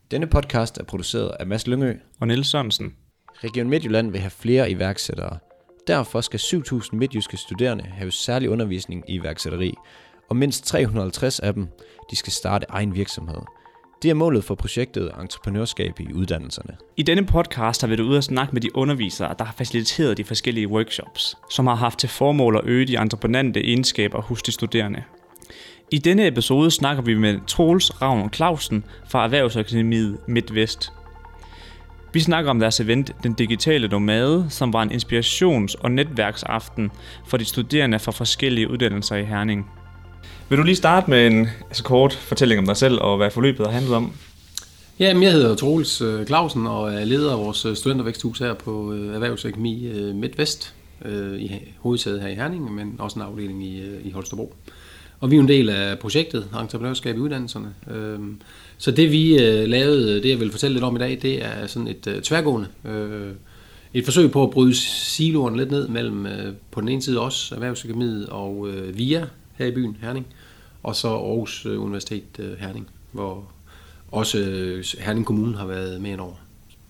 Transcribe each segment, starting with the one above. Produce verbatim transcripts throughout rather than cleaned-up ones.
Denne podcast er produceret af Mads Lyngø og Niels Sørensen. Region Midtjylland vil have flere iværksættere. Derfor skal syv tusind midtjyske studerende have særlig undervisning i iværksætteri, og mindst tre hundrede og halvtreds af dem de skal starte egen virksomhed. Det er målet for projektet Entreprenørskab i uddannelserne. I denne podcast har vi været ude at snakke med de undervisere, der har faciliteret de forskellige workshops, som har haft til formål at øge de entreprenante egenskaber hos de studerende. I denne episode snakker vi med Troels Ravn Clausen fra Erhvervsakademiet MidtVest. Vi snakker om deres event, Den Digitale Nomade, som var en inspirations- og netværksaften for de studerende fra forskellige uddannelser i Herning. Vil du lige starte med en altså kort fortælling om dig selv og hvad forløbet har handlet om? Ja, jeg hedder Troels Clausen og er leder af vores studentervæksthus her på Erhvervsakademi MidtVest i hovedsædet her i Herning, men også en afdeling i, i Holstebro. Og vi er en del af projektet Entreprenørskab i uddannelserne. Så det vi lavede, det jeg vil fortælle lidt om i dag, det er sådan et tværgående. Et forsøg på at bryde siloerne lidt ned mellem på den ene side os, Erhvervsakademiet og V I A her i byen Herning, og så Aarhus Universitet Herning, hvor også Herning Kommune har været med over.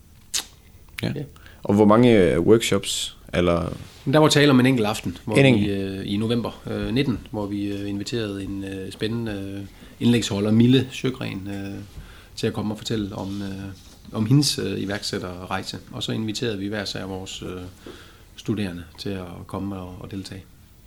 Ja. Ja. Og hvor mange workshops? Eller der var tale om en enkelt aften hvor en vi, øh, i november øh, nitten, hvor vi øh, inviterede en øh, spændende øh, indlægsholder, Mille Sjøgren, øh, til at komme og fortælle om, øh, om hendes øh, iværksætterrejse. Og så inviterede vi hver sær vores øh, studerende til at komme og, og deltage.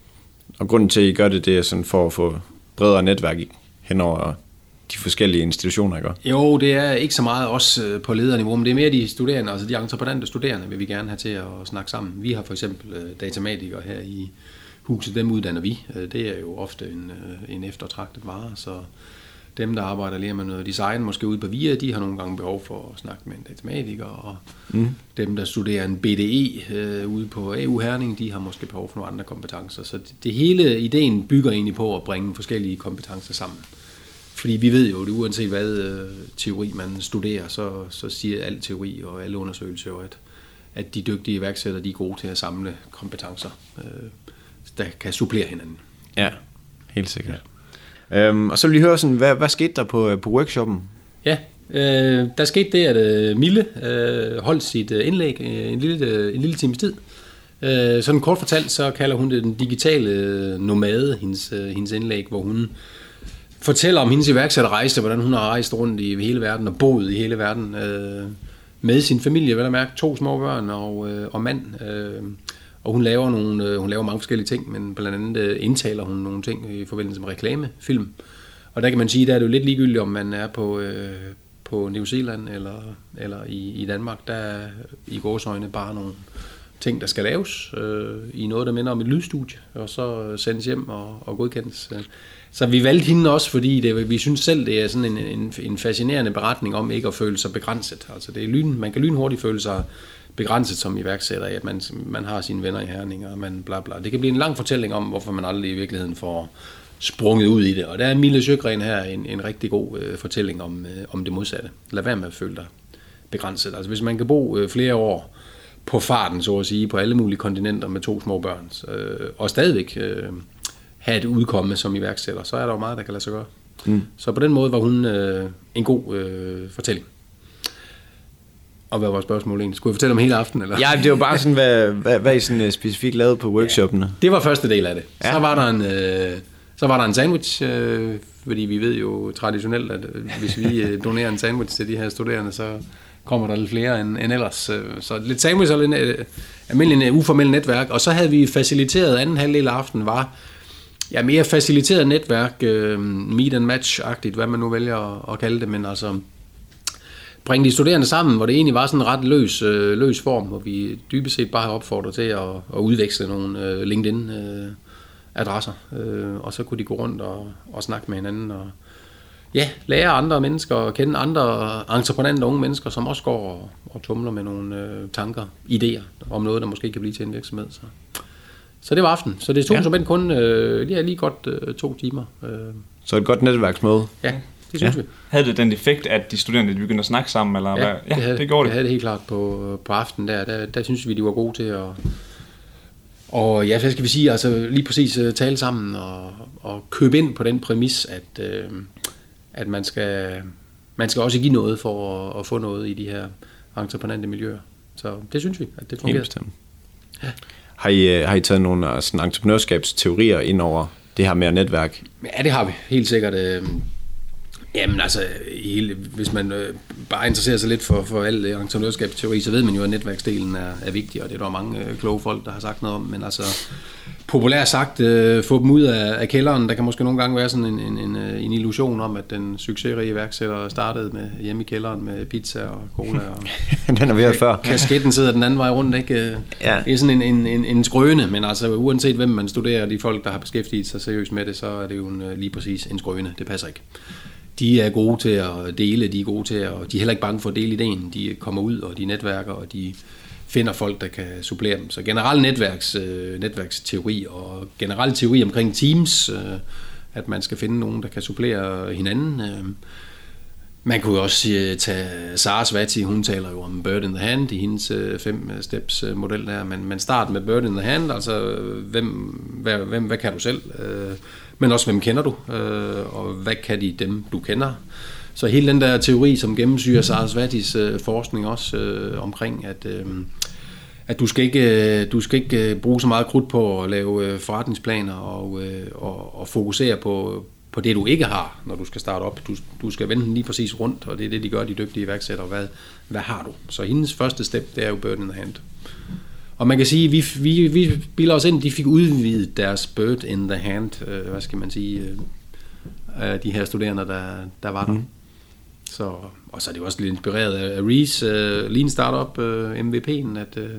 Og grunden til, at I gør det, det er sådan for at få bredere netværk hen over de forskellige institutioner, ikke? Jo, det er ikke så meget også på lederniveau, men det er mere de studerende, altså de entreprenante studerende, vil vi gerne have til at snakke sammen. Vi har for eksempel datamatikere her i huset, dem uddanner vi. Det er jo ofte en, en eftertragtet vare, så dem, der arbejder lige med noget design, måske ude på V I A, de har nogle gange behov for at snakke med en datamatiker, og mm. dem, der studerer en B D E øh, ude på A U Herning, de har måske behov for nogle andre kompetencer. Så det, det hele ideen bygger egentlig på at bringe forskellige kompetencer sammen. Fordi vi ved jo, at uanset hvad øh, teori man studerer, så, så siger al teori og alle undersøgelser jo, at, at de dygtige iværksættere, de er gode til at samle kompetencer, øh, der kan supplere hinanden. Ja, helt sikkert. Ja. Øhm, og så vil vi høre, sådan, hvad, hvad skete der på, på workshoppen? Ja, øh, der skete det, at øh, Mille øh, holdt sit øh, indlæg øh, en, lille, øh, en lille times tid. Øh, sådan kort fortalt, så kalder hun det den digitale nomade, hendes, øh, hendes indlæg, hvor hun fortæller om hendes iværksætterrejse, hvordan hun har rejst rundt i hele verden og boet i hele verden øh, med sin familie, vel at mærke, to små børn og, øh, og mand. Øh, og hun laver, nogle, øh, hun laver mange forskellige ting, men blandt andet øh, indtaler hun nogle ting i forbindelse med reklamefilm. Og der kan man sige, der er det jo lidt ligegyldigt, om man er på, øh, på New Zealand eller, eller i, i Danmark. Der er i gåseøjne bare nogle ting, der skal laves øh, i noget, der minder om et lydstudie, og så sendes hjem og, og godkendes. Så vi valgte hende også, fordi det, vi synes selv, det er sådan en, en, en fascinerende beretning om ikke at føle sig begrænset. Altså det er lyn, man kan lynhurtigt føle sig begrænset som iværksætter, at man, man har sine venner i Herning, og man bla bla. Det kan blive en lang fortælling om, hvorfor man aldrig i virkeligheden får sprunget ud i det. Og der er Mille Sjøgren her en, en rigtig god øh, fortælling om, øh, om det modsatte. Lad være med at føle dig begrænset. Altså hvis man kan bo øh, flere år på farten, så at sige, på alle mulige kontinenter med to små børn, øh, og stadigvæk øh, have et udkomme som iværksætter, så er der jo meget, der kan lade sig gøre. Mm. Så på den måde var hun øh, en god øh, fortælling. Og hvad var spørgsmålet egentlig? Skulle jeg fortælle om hele aftenen? Eller? Ja, det var bare sådan, hvad, hvad, hvad I sådan specifikt lavede på workshoppene. Ja, det var første del af det. Ja. Så var der en, øh, så var der en sandwich, øh, fordi vi ved jo traditionelt, at øh, hvis vi øh, donerer en sandwich til de her studerende, så kommer der lidt flere end, end ellers. Så lidt sandwich og lidt øh, almindelig uformel netværk. Og så havde vi faciliteret anden halvdel af aftenen var ja, mere faciliteret netværk, øh, meet and match-agtigt, hvad man nu vælger at, at kalde det, men altså bringe de studerende sammen, hvor det egentlig var sådan en ret løs, øh, løs form, hvor vi dybest set bare har opfordret til at, at udveksle nogle øh, LinkedIn-adresser, øh, øh, og så kunne de gå rundt og, og snakke med hinanden, og ja, lære andre mennesker, og kende andre entreprenante unge mennesker, som også går og, og tumler med nogle øh, tanker, idéer om noget, der måske kan blive til en virksomhed. Så, så det var aften. Så det tog ja. som en kun øh, lige, lige godt øh, to timer. Øh. Så et godt netværksmøde. Ja, det synes ja. vi. Havde det den effekt, at de studerende begyndte at snakke sammen? Eller ja, hvad? ja det, havde, det gjorde det. det havde det helt klart på, på aftenen der. der. Der synes vi, de var gode til at og ja, hvad skal vi sige, altså lige præcis uh, tale sammen og, og købe ind på den præmis, at, uh, at man skal man skal også give noget for at, at få noget i de her entreprenante miljøer. Så det synes vi, at det fungerer. Ja. Har I, har I taget nogle sådan entreprenørskabsteorier ind over det her med netværk? Ja, det har vi helt sikkert. Jamen altså, hele, hvis man øh, bare interesserer sig lidt for, for al entreprenørskabsteori, så ved man jo, at netværksdelen er, er vigtig, og det er der mange øh, kloge folk, der har sagt noget om. Men altså, populært sagt, øh, få dem ud af, af kælderen. Der kan måske nogle gange være sådan en, en, en, en illusion om, at den succesrige iværksætter startede med hjemme i kælderen med pizza og cola. Og den har vi hørt før. Kasketten sidder den anden vej rundt, ikke? Ja. Det er sådan en, en, en, en skrøne, men altså uanset hvem man studerer, de folk, der har beskæftiget sig seriøst med det, så er det jo en, lige præcis en skrøne. Det passer ikke. De er gode til at dele, de er gode til at, og de er heller ikke bange for at dele ideen. De kommer ud, og de netværker, og de finder folk, der kan supplere dem. Så generel netværks, øh, netværksteori og generel teori omkring teams, øh, at man skal finde nogen, der kan supplere hinanden. Øh. Man kunne også øh, tage Sarasvati, hun taler jo om bird in the hand i hendes øh, fem steps øh, model der, men man starter med bird in the hand, altså hvem, hvad, hvem, hvad kan du selv? Øh, men også hvem kender du, øh, og hvad kan de dem, du kender. Så hele den der teori, som gennemsyrer Sarasvatis øh, forskning også øh, omkring, at, øh, at du skal ikke, du skal ikke bruge så meget krudt på at lave øh, forretningsplaner og, øh, og, og fokusere på, på det, du ikke har, når du skal starte op. Du, du skal vende den lige præcis rundt, og det er det, de gør, de dygtige iværksættere. Hvad, hvad har du? Så hendes første step, det er jo bird in the hand. Og man kan sige, vi, vi, vi bilder os ind, de fik udvidet deres bird in the hand, øh, hvad skal man sige, øh, de her studerende, der, der var der. Mm. Så, og så er det jo også lidt inspireret af Reese, øh, Lean Startup, øh, M V P'en, at, øh,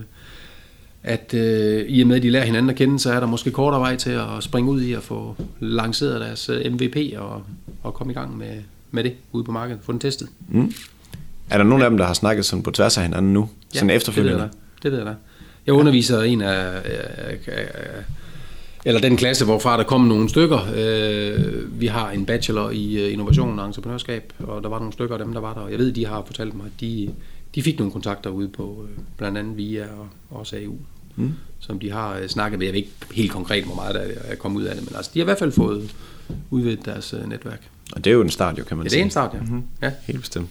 at øh, i og med, at de lærer hinanden at kende, så er der måske kortere vej til at springe ud i at få lanceret deres øh, M V P og, og komme i gang med, med det ude på markedet, få den testet. Mm. Er der nogen af dem, der har snakket sådan på tværs af hinanden nu, ja, sådan efterfølgende? Det ved jeg da. Det ved jeg da. Jeg underviser en af, af, af, eller den klasse, hvorfra der kom nogle stykker. Øh, vi har en bachelor i innovation og entreprenørskab, og der var nogle stykker af dem, der var der. Og jeg ved, de har fortalt mig, at de, de fik nogle kontakter ude på blandt andet V I A og også A U, mm. som de har snakket med. Jeg ved ikke helt konkret, hvor meget der er kommet ud af det, men altså, de har i hvert fald fået udvidet deres netværk. Og det er jo en start, jo, kan man ja, sige. Det er en start, ja. Mm-hmm. Ja. Helt bestemt.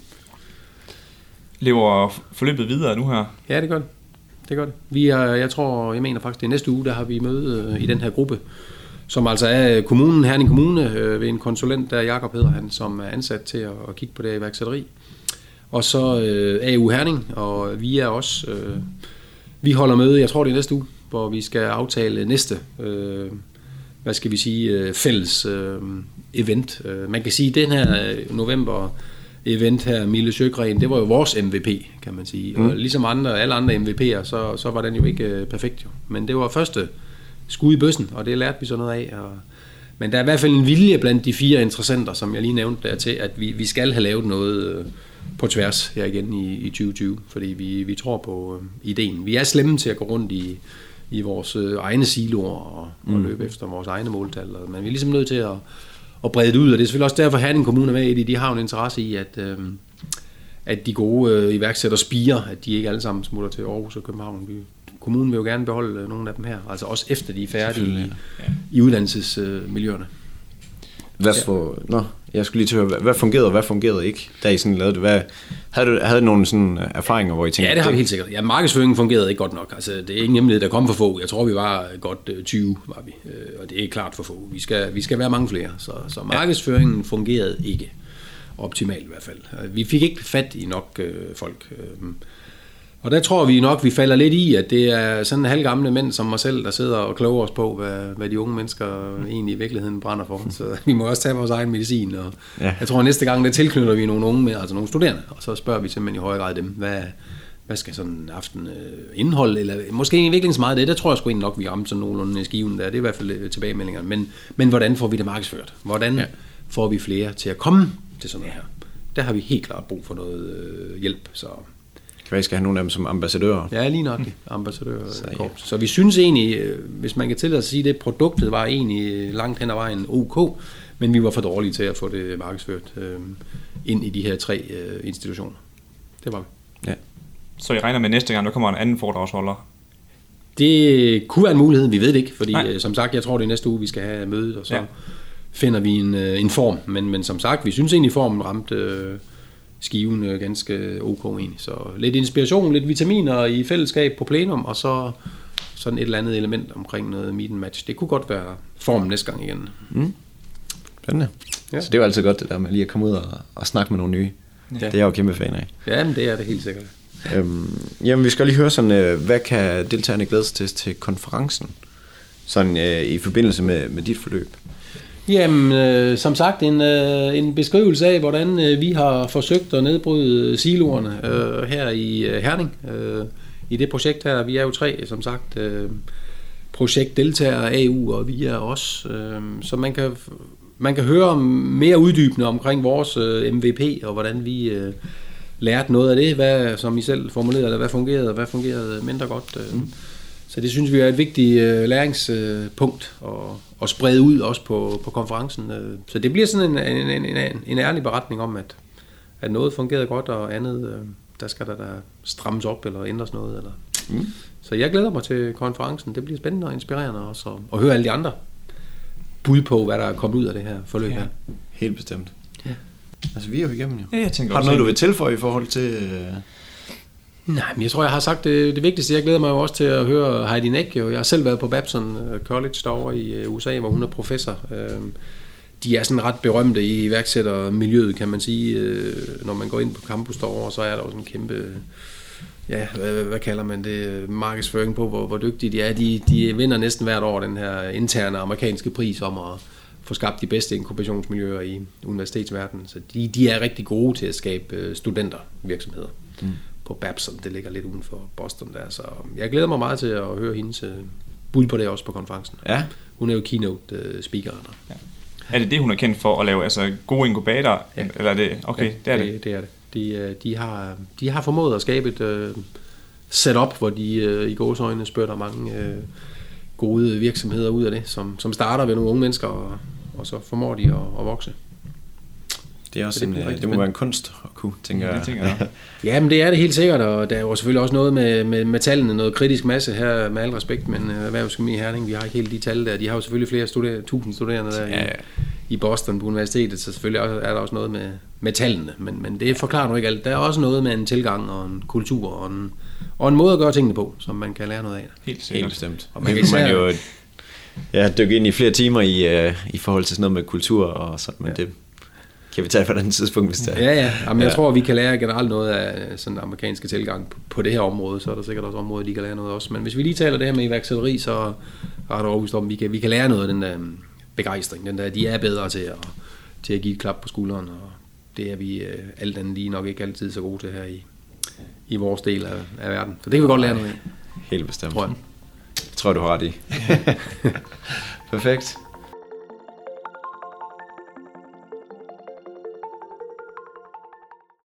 Lever forløbet videre nu her? Ja, det gør det. Det gør det. Vi er, jeg tror, jeg mener faktisk, det er næste uge, der har vi møde øh, i den her gruppe, som altså er kommunen, Herning Kommune, øh, ved en konsulent, der Jakob hedder han, som er ansat til at, at kigge på det iværksætteri. Og så øh, A U Herning, og vi er også, øh, vi holder møde, jeg tror det er næste uge, hvor vi skal aftale næste, øh, hvad skal vi sige, øh, fælles øh, event. Øh, man kan sige, at den her øh, november event her, Mille Sjøgren, det var jo vores M V P, kan man sige. Mm. Og ligesom andre, alle andre M V P'er, så, så var den jo ikke uh, perfekt jo. Men det var første skud i bøssen, og det lærte vi så noget af. Og, men der er i hvert fald en vilje blandt de fire interessenter, som jeg lige nævnte der til, at vi, vi skal have lavet noget uh, på tværs her igen i, i tyve tyve, fordi vi, vi tror på uh, ideen. Vi er slemme til at gå rundt i, i vores uh, egne siloer og, mm. og løbe efter vores egne måltal, men vi er ligesom nødt til at og brede det ud, og det er selvfølgelig også derfor, at Herning Kommune er med i det. De har jo en interesse i, at, øh, at de gode øh, iværksætter spirer, at de ikke alle sammen smutter til Aarhus og København. Vi, kommunen vil jo gerne beholde øh, nogle af dem her, altså også efter de er færdige i, ja. i uddannelsesmiljøerne. Hvad for, ja. Nå, jeg skulle lige til at høre, hvad, hvad fungerede og hvad fungerede ikke, da I sådan lavede det? Hvad, havde du havde nogle sådan erfaringer, hvor I tænkte? Ja, det har vi helt sikkert. Ja, markedsføringen fungerede ikke godt nok. Altså, det er ingen hemmelighed, der kom for få. Jeg tror, vi var godt tyve, var vi. Og det er klart for få. Vi skal, vi skal være mange flere. Så, så markedsføringen fungerede ikke optimalt i hvert fald. Vi fik ikke fat i nok øh, folk. Og der tror vi nok, vi falder lidt i, at det er sådan halvgamle mænd som mig selv, der sidder og kloger os på, hvad, hvad de unge mennesker egentlig i virkeligheden brænder for. Så vi må også tage vores egen medicin. Og ja. Jeg tror, at næste gang, der tilknytter vi nogle unge med, altså nogle studerende, og så spørger vi simpelthen i højere grad dem, hvad, hvad skal sådan en aften øh, indeholde, eller måske i virkeligheden så meget det, der tror jeg sgu egentlig nok, vi ramte sådan nogenlunde skiven der, det er i hvert fald tilbagemeldingerne, men, men hvordan får vi det markedsført? Hvordan ja. får vi flere til at komme til sådan noget her? Der har vi helt klart brug for noget øh, hjælp, så... Kan vi skal have nogle af dem som ambassadører? Ja, lige nok ambassadører. Så, ja. Så vi synes egentlig, hvis man kan tillade sig at sige det, produktet var egentlig langt hen ad vejen ok, men vi var for dårlige til at få det markedsført øh, ind i de her tre øh, institutioner. Det var vi. Ja. Så I regner med næste gang, der kommer en anden foredragsholder? Det kunne være en mulighed, vi ved det ikke, fordi øh, som sagt, jeg tror det er næste uge, vi skal have mødet, og så ja. finder vi en, øh, en form, men, men som sagt, vi synes egentlig formen ramte... Øh, skiven øh, ganske ok egentlig. Så lidt inspiration, lidt vitaminer i fællesskab på plenum, og så sådan et eller andet element omkring noget meet and match. Det kunne godt være formen næste gang igen. Mm. Spændende. Ja. Så det er jo altid godt det der med lige at komme ud og, og snakke med nogle nye. Ja. Det er jeg jo kæmpe fan af. Ja, men det er det helt sikkert. Øhm, jamen vi skal lige høre sådan, øh, hvad kan deltagerne glæde sig til til konferencen? Sådan øh, i forbindelse med, med dit forløb. Jamen, øh, som sagt, en, øh, en beskrivelse af, hvordan øh, vi har forsøgt at nedbryde siloerne øh, her i øh, Herning. Øh, I det projekt her, vi er jo tre, som sagt, øh, projektdeltagere, A U og vi er os. Øh, så man kan, man kan høre mere uddybende omkring vores øh, M V P og hvordan vi øh, lærte noget af det, hvad, som I selv formulerede, hvad fungerede og hvad fungerede mindre godt. Øh. Mm. Så det synes vi er et vigtigt øh, læringspunkt at, at sprede ud også på, på konferencen. Så det bliver sådan en, en, en, en, en ærlig beretning om, at, at noget fungerede godt, og andet, øh, der skal der, der strammes op eller ændres noget. Eller. Mm. Så jeg glæder mig til konferencen. Det bliver spændende og inspirerende også at, at høre alle de andre bud på, hvad der er kommet ud af det her forløb her. Ja, helt bestemt. Ja. Altså vi er jo igennem jo. Ja, jeg tænker har du noget, du vil tilføje i forhold til... Øh Nej, men jeg tror, jeg har sagt det, det vigtigste. Jeg glæder mig jo også til at høre Heidi Neck. Jeg har selv været på Babson College derovre i U S A, hvor hun er professor. De er sådan ret berømte i iværksættermiljøet, kan man sige. Når man går ind på campus derovre, så er der jo sådan en kæmpe... Ja, hvad, hvad kalder man det? Markedsføring på, hvor, hvor dygtige de er. De, de vinder næsten hvert år den her interne amerikanske pris om at få skabt de bedste inkubationsmiljøer i universitetsverdenen. Så de, de er rigtig gode til at skabe studentervirksomheder. Mm. På Babson, det ligger lidt uden for Boston der, så jeg glæder mig meget til at høre hendes bud på det også på konferencen. Ja. Hun er jo keynote speaker. Ja. Er det det, hun er kendt for at lave, altså gode inkubatorer? Ja. Eller er det, okay, ja, det er det. det. Det er det. De, de, har, de har formået at skabe et uh, setup, hvor de uh, i gåseøjne spørger mange uh, gode virksomheder ud af det, som, som starter ved nogle unge mennesker, og, og så formår de at, at vokse. Det er også det, en, det må være en kunst at kunne, tænker jeg. Tænker jeg. Ja, men det er det helt sikkert, og der er jo selvfølgelig også noget med, med, med tallene, noget kritisk masse her, med al respekt, men erhvervskemi i Herning, vi har ikke helt de tal der. De har jo selvfølgelig flere studer, tusind studerende der ja, ja. I, i Boston på universitetet, så selvfølgelig er der også noget med, med tallene, men, men det forklarer nu ikke alt. Der er også noget med en tilgang og en kultur og en, og en måde at gøre tingene på, som man kan lære noget af. Helt sikkert. Helt bestemt. Og man kan man jo ja, dykke ind i flere timer i, uh, i forhold til sådan noget med kultur og sådan, men ja. Det kan vi tage på et andet tidspunkt, hvis det er. Ja, ja. Jamen, jeg ja. tror, vi kan lære generelt noget af sådan amerikanske tilgang på det her område, så er der sikkert også områder, de kan lære noget også. Men hvis vi lige taler det her med iværksætteri, så er der overbevist om, at vi kan, vi kan lære noget af den der begejstring. Den der, de er bedre til at, til at give et klap på skulderen, og det er vi alt andet lige nok ikke altid så gode til her i, i vores del af, af verden. Så det kan vi godt lære noget af. Helt bestemt. Tror jeg. Jeg tror, du har ret i. Perfekt.